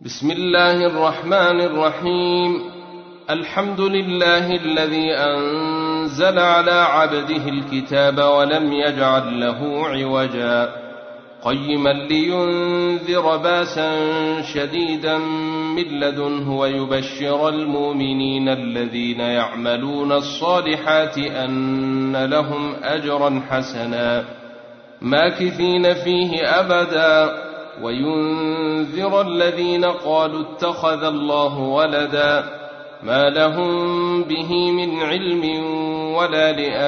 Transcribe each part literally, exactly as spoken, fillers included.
بسم الله الرحمن الرحيم. الحمد لله الذي أنزل على عبده الكتاب ولم يجعل له عوجا قيما لينذر باسا شديدا من لدنه ويبشر المؤمنين الذين يعملون الصالحات أن لهم أجرا حسنا ماكثين فيه أبدا وينذر الذين قالوا اتخذ الله ولدا ما لهم به من علم ولا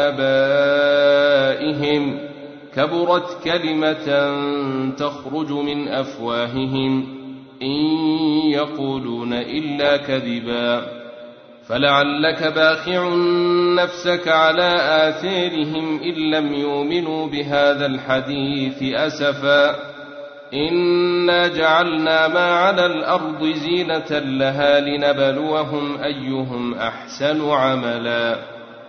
لآبائهم كبرت كلمة تخرج من أفواههم إن يقولون إلا كذبا فلعلك باخع نفسك على آثارهم إن لم يؤمنوا بهذا الحديث أسفا إنا جعلنا ما على الأرض زينة لها لنبلوهم أيهم أحسن عملا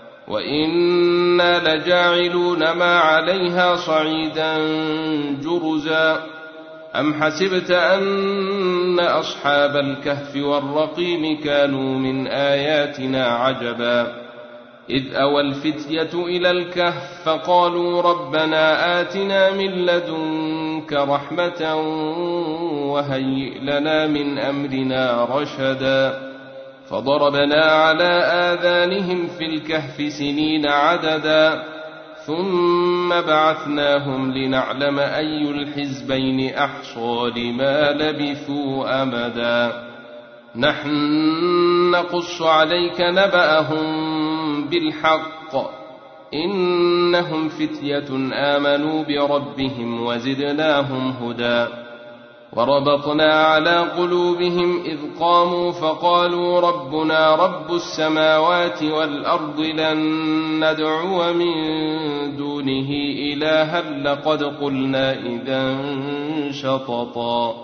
وإنا لجاعلون ما عليها صعيدا جرزا أم حسبت أن أصحاب الكهف والرقيم كانوا من آياتنا عجبا إذ أوى الفتية إلى الكهف فقالوا ربنا آتنا من لدنك رحمة وهيئ لنا من أمرنا رشدا فضربنا على آذانهم في الكهف سنين عددا ثم بعثناهم لنعلم أي الحزبين أحصى لما لبثوا أمدا نحن نقص عليك نبأهم بالحق إنهم فتية آمنوا بربهم وزدناهم هدى وربطنا على قلوبهم إذ قاموا فقالوا ربنا رب السماوات والأرض لن ندعو من دونه إلها لقد قلنا إذا شططا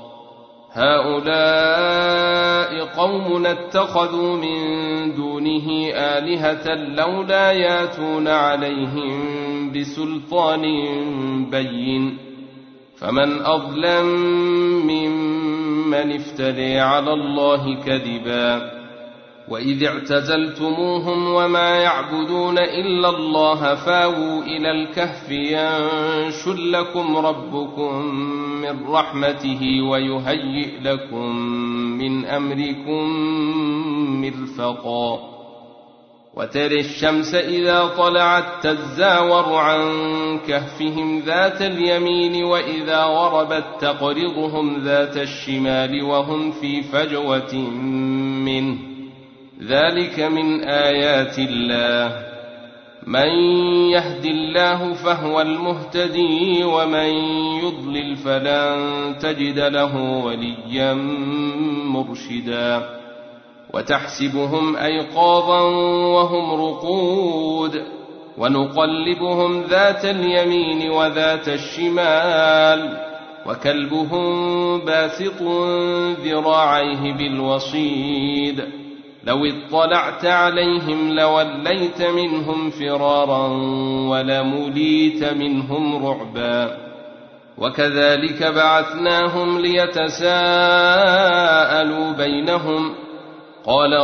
هؤلاء قومنا اتخذوا من دونه آلهة لولا ياتون عليهم بسلطان بين فمن أظلم ممن افتري على الله كذبا وإذ اعتزلتموهم وما يعبدون إلا الله فاووا إلى الكهف ينشر لكم ربكم من رحمته ويهيئ لكم من أمركم مرفقا وترى الشمس إذا طلعت تزاور عن كهفهم ذات اليمين وإذا غربت تقرضهم ذات الشمال وهم في فجوة منه ذلك من آيات الله من يهد الله فهو المهتدي ومن يضلل فلن تجد له وليا مرشدا وتحسبهم أيقاظا وهم رقود ونقلبهم ذات اليمين وذات الشمال وكلبهم باسط ذراعيه بالوصيد لو اطلعت عليهم لوليت منهم فرارا ولمليت منهم رعبا وكذلك بعثناهم ليتساءلوا بينهم قال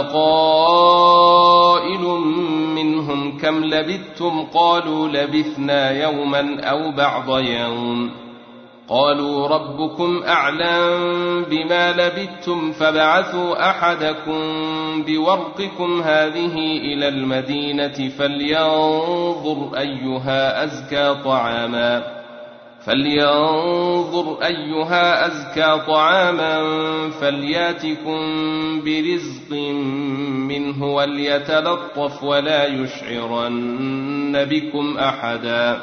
قائل منهم كم لبثتم قالوا لبثنا يوما أو بعض يوم قالوا ربكم أعلم بما لبثتم فبعثوا أحدكم بورقكم هذه إلى المدينة فلينظر أيها أزكى طعاما فلينظر أيها أزكى طعاما فلياتكم برزق منه وليتلطف ولا يشعرن بكم أحدا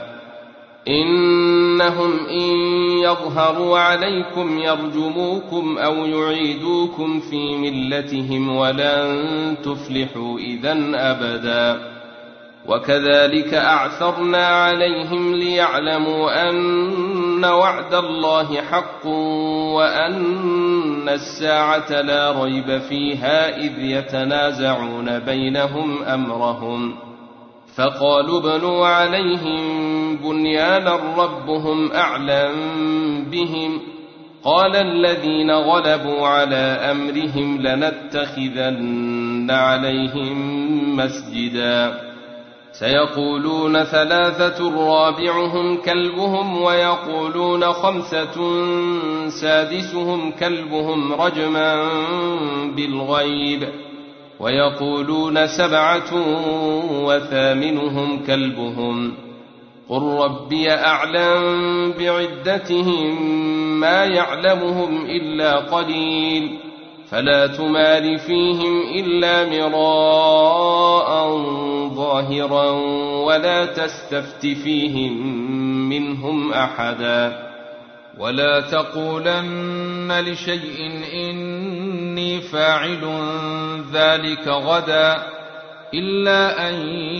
إنهم إن يظهروا عليكم يرجموكم أو يعيدوكم في ملتهم ولن تفلحوا إذن أبدا وكذلك أعثرنا عليهم ليعلموا أن وعد الله حق وأن الساعة لا ريب فيها إذ يتنازعون بينهم أمرهم فقالوا ابنوا عليهم بنيانا ربهم أعلم بهم قال الذين غلبوا على أمرهم لنتخذن عليهم مسجدا سيقولون ثلاثة رابعهم كلبهم ويقولون خمسة سادسهم كلبهم رجما بالغيب ويقولون سبعة وثامنهم كلبهم قل ربي أعلم بعدتهم ما يعلمهم إلا قليل فلا تمار فيهم إلا مراء ظاهرا ولا تستفت فيهم منهم أحدا ولا تقولن لشيء إني فاعل ذلك غدا إلا أن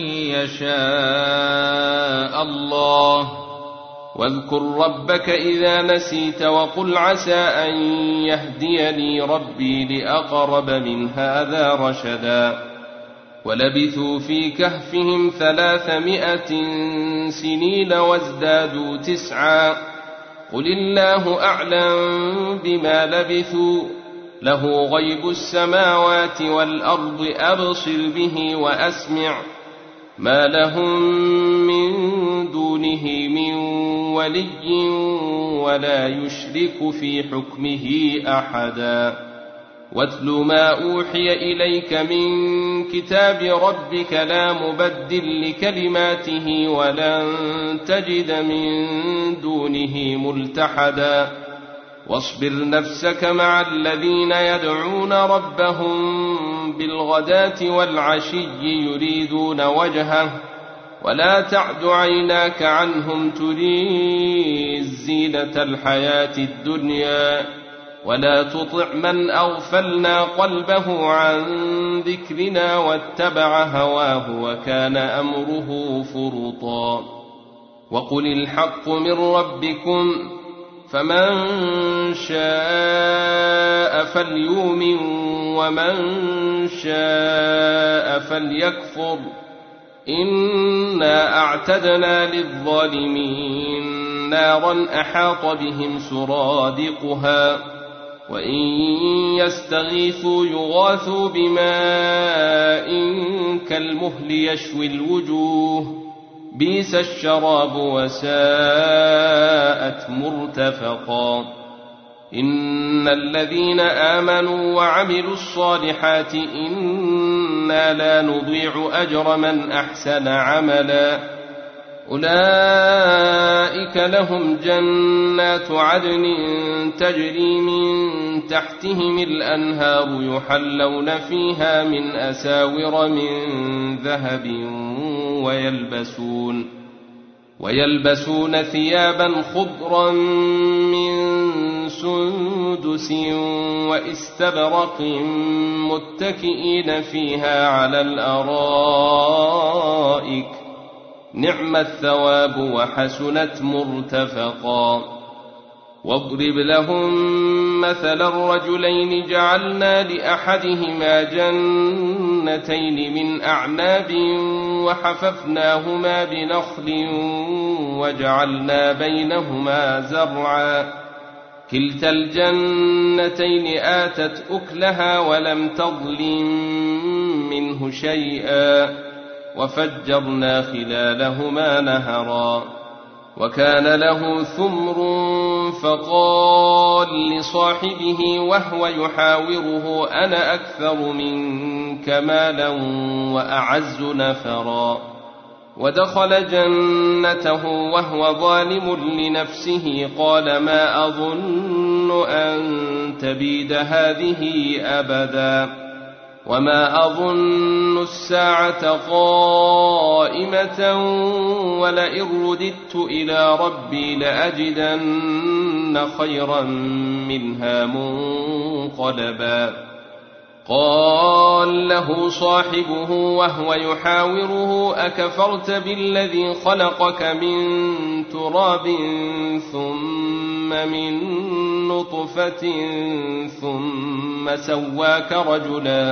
يشاء الله واذكر ربك إذا نسيت وقل عسى أن يهديني ربي لأقرب من هذا رشدا ولبثوا في كهفهم ثلاثمائة سنين وازدادوا تسعا قل الله أعلم بما لبثوا له غيب السماوات والأرض أبصر به وأسمع ما لهم من دونه من ولي ولا يشرك في حكمه أحدا واتل ما أوحي إليك من كتاب ربك لا مبدل لكلماته ولن تجد من دونه ملتحدا واصبر نفسك مع الذين يدعون ربهم بالغداة والعشي يريدون وجهه ولا تعد عيناك عنهم تريد زينة الحياة الدنيا ولا تطع من أغفلنا قلبه عن ذكرنا واتبع هواه وكان أمره فرطا وقل الحق من ربكم فمن شاء فليؤمن ومن شاء فليكفر إنا أعتدنا للظالمين نارا أحاط بهم سرادقها وإن يستغيثوا يغاثوا بماء كالمهل يشوي الوجوه بئس الشراب وساءت مرتفقا إن الذين آمنوا وعملوا الصالحات إنا لا نضيع أجر من أحسن عملا أولئك لهم جنات عدن تجري من تحتهم الأنهار يحلون فيها من أساور من ذهب ويلبسون ويلبسون ثيابا خضرا من سندس واستبرق متكئين فيها على الأرائك نعم الثواب وحسنت مرتفقا واضرب لهم مثل الرجلين جعلنا لأحدهما جنتين من أعناب وحففناهما بنخل وجعلنا بينهما زرعا كلتا الجنتين آتت أكلها ولم تظلم منه شيئا وفجرنا خلالهما نهرا وكان له ثمر فقال لصاحبه وهو يحاوره أنا أكثر منك مالا وأعز نفرا ودخل جنته وهو ظالم لنفسه قال ما أظن أن تبيد هذه أبدا وما أظن الساعة قائمة ولئن رددت إلى ربي لأجدن خيرا منها منقلبا قال له صاحبه وهو يحاوره أكفرت بالذي خلقك من تراب ثم من نطفة ثم سواك رجلا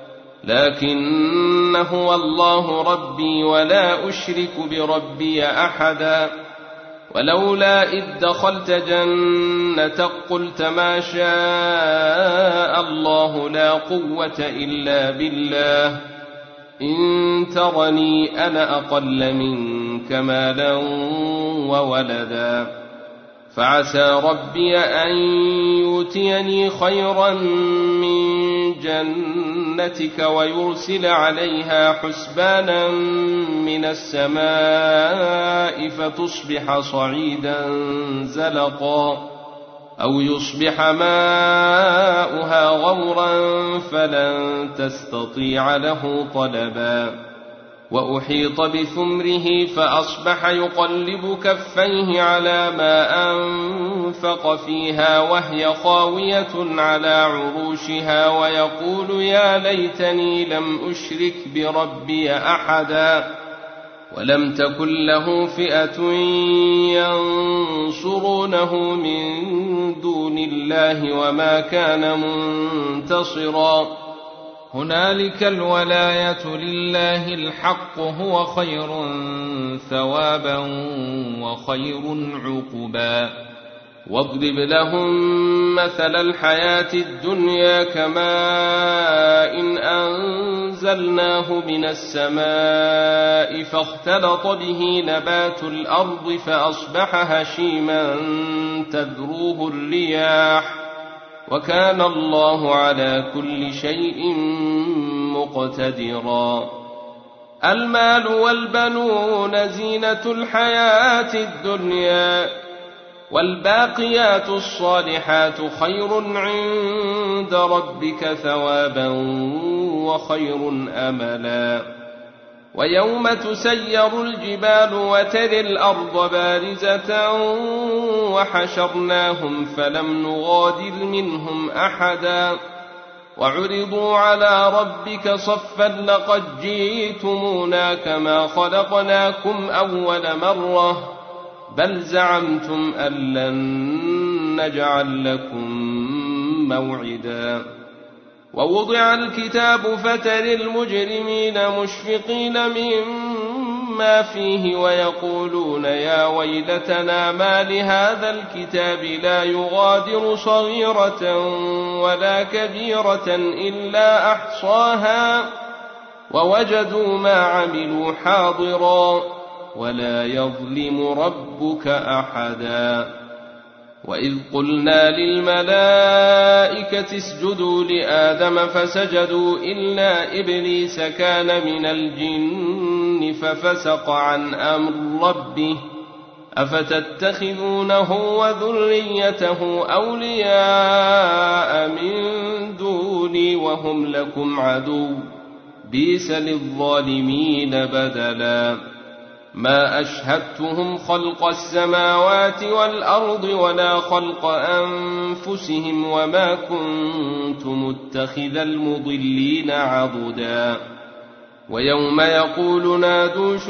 لكن هو الله ربي ولا أشرك بربي أحدا ولولا إذ دخلت جنتك قلت ما شاء الله لا قوة إلا بالله إن ترني أنا أقل منك مالا وولدا فعسى ربي أن يؤتيني خيرا من جنتك ويرسل عليها حسبانا من السماء فتصبح صعيدا زلقا أو يصبح ماؤها غورا فلن تستطيع له طلبا وأحيط بثمره فأصبح يقلب كفيه على ما أنفق فيها وهي خاوية على عروشها ويقول يا ليتني لم أشرك بربي أحدا ولم تكن له فئة ينصرونه من دون الله وما كان منتصرا هنالك الولاية لله الحق هو خير ثوابا وخير عقبا واضرب لهم مثل الحياة الدنيا كماء إن أنزلناه من السماء فاختلط به نبات الأرض فأصبح هشيما تذروه الرياح وكان الله على كل شيء مقتدرا المال والبنون زينة الحياة الدنيا والباقيات الصالحات خير عند ربك ثوابا وخير أملا ويوم تسير الجبال وترى الأرض بارزة وحشرناهم فلم نغادر منهم أحدا وعرضوا على ربك صفا لقد جئتمونا كما خلقناكم أول مرة بل زعمتم أن لن نجعل لكم موعدا ووضع الكتاب فترى المجرمين مشفقين مما فيه ويقولون يا ويلتنا ما لهذا الكتاب لا يغادر صغيرة ولا كبيرة إلا أحصاها ووجدوا ما عملوا حاضرا ولا يظلم ربك أحدا وإذ قلنا للملائكة اسجدوا لآدم فسجدوا إلا إبليس كان من الجن ففسق عن أمر ربه أفتتخذونه وذريته أولياء من دوني وهم لكم عدو بئس للظالمين بدلا ما أشهدتهم خلق السماوات والأرض ولا خلق أنفسهم وما كنت متخذ المضلين عضدا ويوم يقول نادوا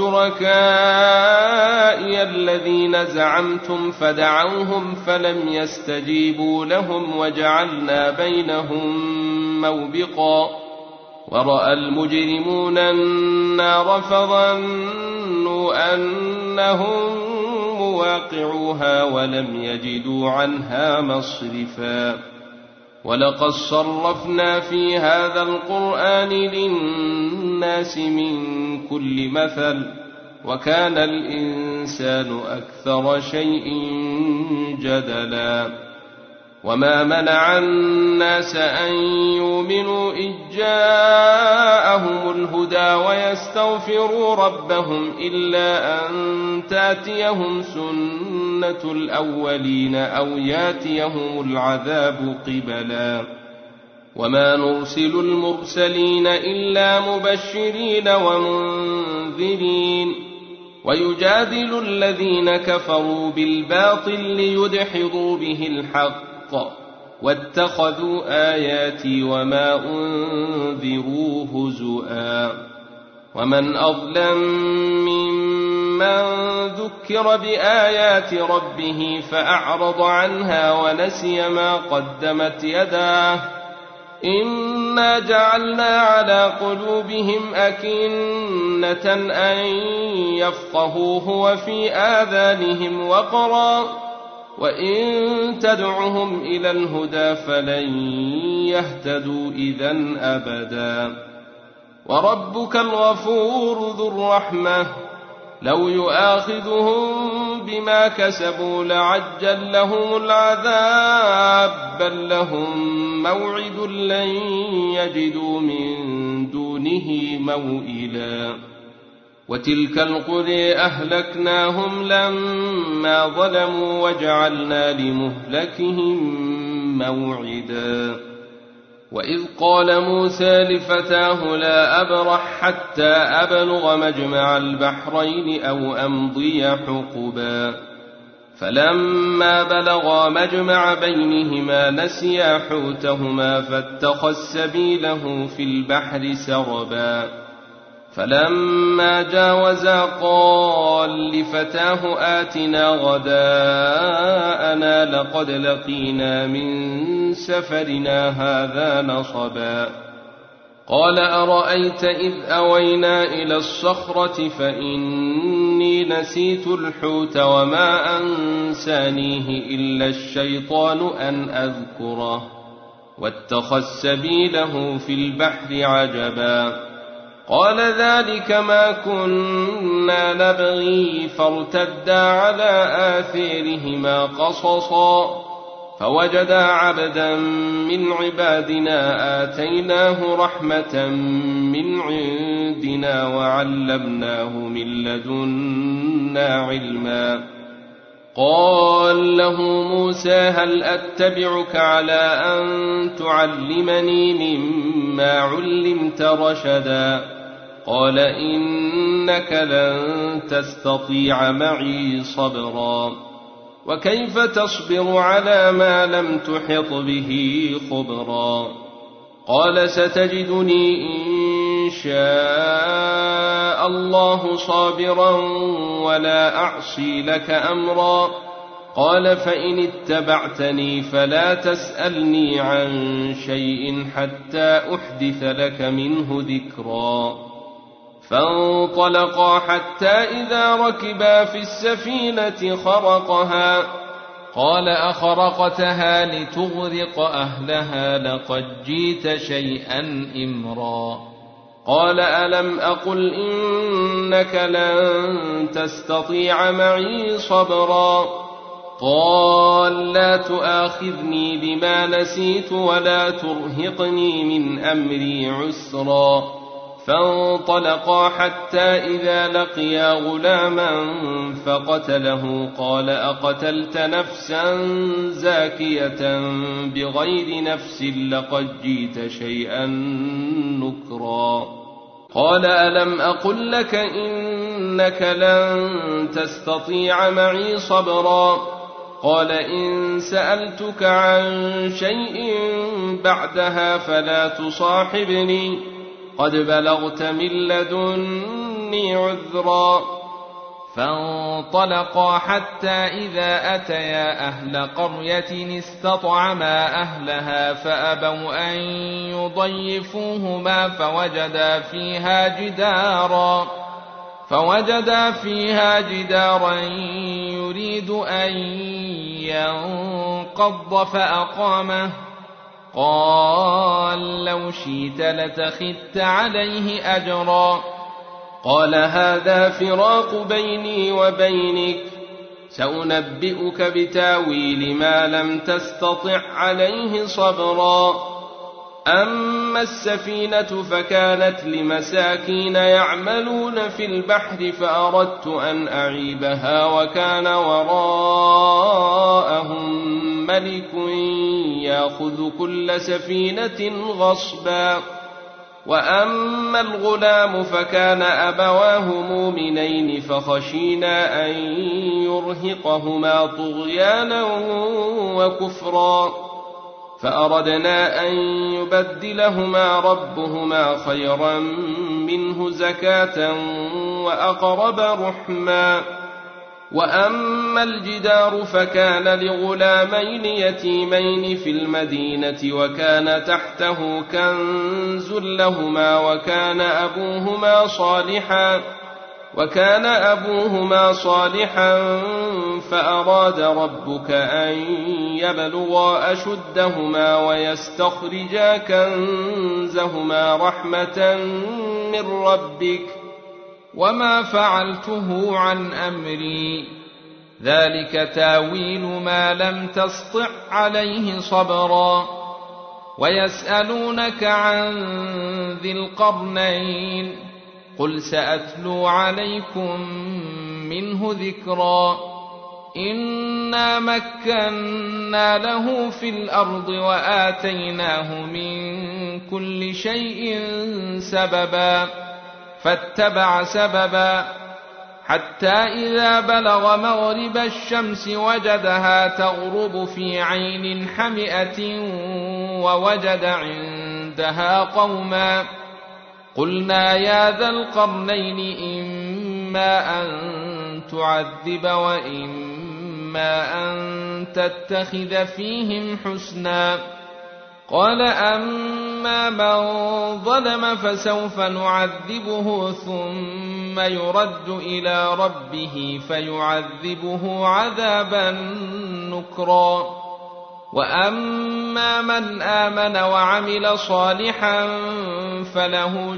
شركائي الذين زعمتم فدعوهم فلم يستجيبوا لهم وجعلنا بينهم موبقا ورأى المجرمون النار فظنوا أنهم مواقعوها ولم يجدوا عنها مصرفا ولقد صرفنا في هذا القرآن للناس من كل مثل وكان الإنسان أكثر شيء جدلا وما منع الناس أن يؤمنوا إذ جاءهم الهدى ويستغفروا ربهم إلا أن تأتيهم سنة الأولين أو يأتيهم العذاب قبلا وما نرسل المرسلين إلا مبشرين ومنذرين ويجادل الذين كفروا بالباطل ليدحضوا به الحق واتخذوا آياتي وما أنذروا هزؤا ومن أظلم ممن ذكر بآيات ربه فأعرض عنها ونسي ما قدمت يداه إنا جعلنا على قلوبهم أكنة أن يفقهوه وفي آذانهم وقرا وإن تدعهم إلى الهدى فلن يهتدوا إذن أبدا وربك الغفور ذو الرحمة لو يؤاخذهم بما كسبوا لعجل لهم العذاب بل لهم موعد لن يجدوا من دونه موئلا وتلك القرى أهلكناهم لما ظلموا وجعلنا لمهلكهم موعدا وإذ قال موسى لفتاه لا أبرح حتى أبلغ مجمع البحرين أو أمضي حقبا فلما بلغا مجمع بينهما نسيا حوتهما فاتخذ سبيله في البحر سربا فلما جاوزا قال لفتاه آتنا غداءنا لقد لقينا من سفرنا هذا نصبا قال أرأيت إذ أوينا إلى الصخرة فإني نسيت الحوت وما أنسانيه إلا الشيطان أن أذكره واتخذ سبيله في البحر عجبا قال ذلك ما كنا نبغي فارتدا على آثارهما قصصا فوجدا عبدا من عبادنا آتيناه رحمة من عندنا وعلمناه من لدنا علما قال له موسى هل أتبعك على أن تعلمني مما علمت رشدا قال إنك لن تستطيع معي صبرا وكيف تصبر على ما لم تحط به خبرا قال ستجدني إن شاء الله صابرا ولا أعصي لك أمرا قال فإن اتبعتني فلا تسألني عن شيء حتى أحدث لك منه ذكرا فانطلقا حتى إذا ركبا في السفينة خرقها قال أخرقتها لتغرق أهلها لقد جئت شيئا إمرا قال ألم أقل إنك لن تستطيع معي صبرا قال لا تؤاخذني بما نسيت ولا ترهقني من أمري عسرا فانطلقا حتى إذا لقيا غلاما فقتله قال أقتلت نفسا زاكية بغير نفس لقد جئت شيئا نكرا قال ألم أقل لك إنك لن تستطيع معي صبرا قال إن سألتك عن شيء بعدها فلا تصاحبني قد بلغت من لدني عذرا فانطلقا حتى إذا أتيا أهل قرية استطعما أهلها فأبوا أن يضيفوهما فوجدا فيها جدارا فوجدا فيها جدارا يريد أن ينقض فأقامه قال لو شئت لتخذت عليه أجرا قال هذا فراق بيني وبينك سأنبئك بتاويل ما لم تستطع عليه صبرا أما السفينة فكانت لمساكين يعملون في البحر فأردت أن أعيبها وكان وراءهم ملك يأخذ كل سفينة غصبا وأما الغلام فكان أبواه مؤمنين فخشينا أن يرهقهما طغيانا وكفرا فأردنا أن يبدلهما ربهما خيرا منه زكاة وأقرب رحما وأما الجدار فكان لغلامين يتيمين في المدينة وكان تحته كنز لهما وكان أبوهما صالحا وكان أبوهما صالحا فأراد ربك أن يبلغا أشدهما ويستخرجا كنزهما رحمة من ربك وما فعلته عن أمري ذلك تاويل ما لم تسطع عليه صبرا ويسألونك عن ذي القرنين قل سأتلو عليكم منه ذكرا إنا مكنا له في الأرض وآتيناه من كل شيء سببا فاتبع سببا حتى إذا بلغ مغرب الشمس وجدها تغرب في عين حمئة ووجد عندها قوما قلنا يا ذا القرنين إما أن تعذب وإما أن تتخذ فيهم حسنا قال أما من ظلم فسوف نعذبه ثم يرد إلى ربه فيعذبه عذابا نكرا وأما من آمن وعمل صالحا فله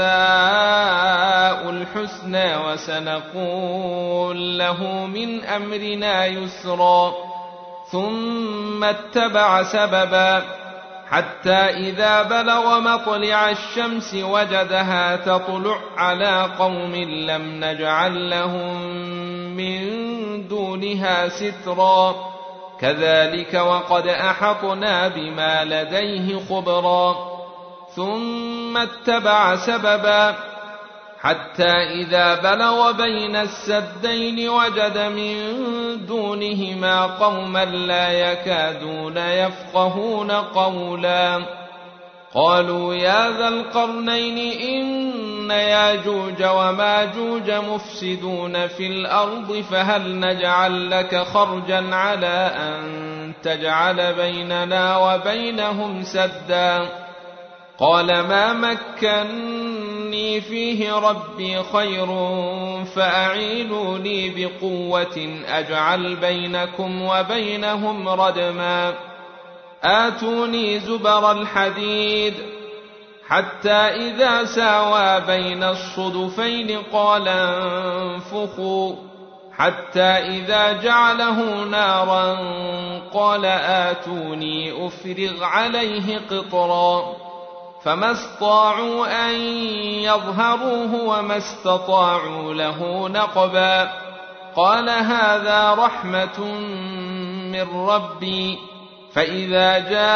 جزاء الحسنى وسنقول له من أمرنا يسرا ثم اتبع سببا حتى إذا بلغ مطلع الشمس وجدها تطلع على قوم لم نجعل لهم من دونها سترا كذلك وقد أحطنا بما لديه خبرا ثم اتبع سببا حتى إذا بلغ بين السدين وجد من دونهما قوما لا يكادون يفقهون قولا قالوا يا ذا القرنين إن ياجوج وماجوج مفسدون في الأرض فهل نجعل لك خرجا على أن تجعل بيننا وبينهم سدا قال ما مكني فيه ربي خير فأعينوني بقوة أجعل بينكم وبينهم ردما آتوني زبر الحديد حتى إذا ساوى بين الصدفين قال انفخوا حتى إذا جعله نارا قال آتوني أفرغ عليه قطرا فما استطاعوا أن يظهروه وما استطاعوا له نقبا قال هذا رحمة من ربي فإذا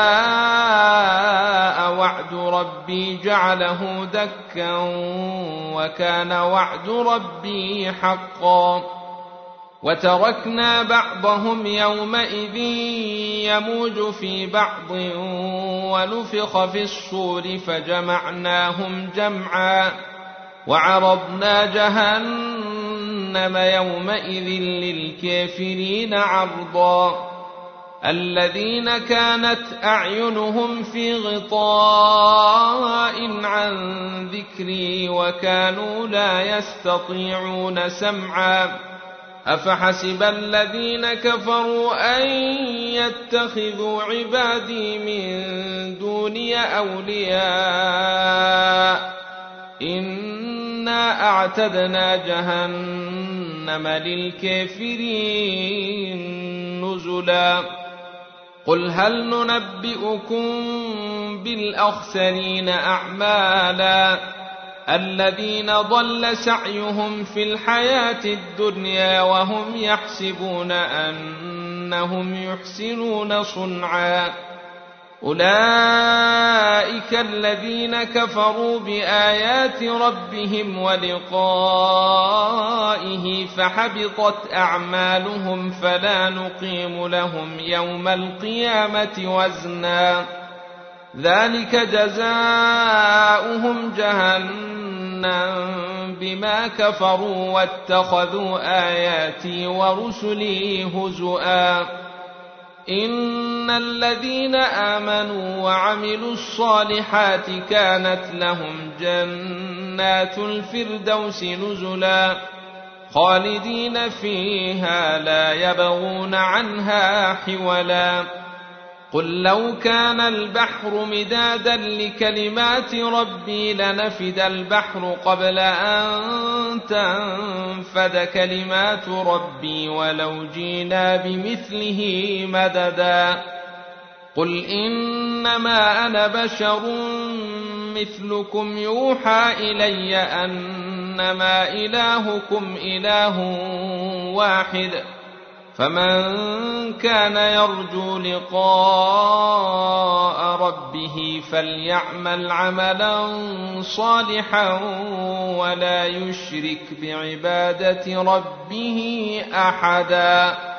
جاء وعد ربي جعله دكا وكان وعد ربي حقا وتركنا بعضهم يومئذ يموج في بعض ونفخ في الصور فجمعناهم جمعا وعرضنا جهنم يومئذ للكافرين عرضا الذين كانت أعينهم في غطاء عن ذكري وكانوا لا يستطيعون سمعا أفحسب الذين كفروا أن يتخذوا عبادي من دوني أولياء إنا أعتدنا جهنم للكافرين نزلا قل هل ننبئكم بالأخسرين أعمالا الذين ضل سعيهم في الحياة الدنيا وهم يحسبون أنهم يحسنون صنعا أولئك الذين كفروا بآيات ربهم ولقائه فحبطت أعمالهم فلا نقيم لهم يوم القيامة وزنا ذلك جزاؤهم جهنم ظنا بما كفروا واتخذوا آياتي ورسلي هزؤا إن الذين آمنوا وعملوا الصالحات كانت لهم جنات الفردوس نزلا خالدين فيها لا يبغون عنها حولا قل لو كان البحر مدادا لكلمات ربي لنفد البحر قبل أن تنفد كلمات ربي ولو جينا بمثله مددا قل إنما أنا بشر مثلكم يوحى إلي أنما إلهكم إله واحد فمن كان يرجو لقاء ربه فليعمل عملا صالحا ولا يشرك بعبادة ربه أحدا.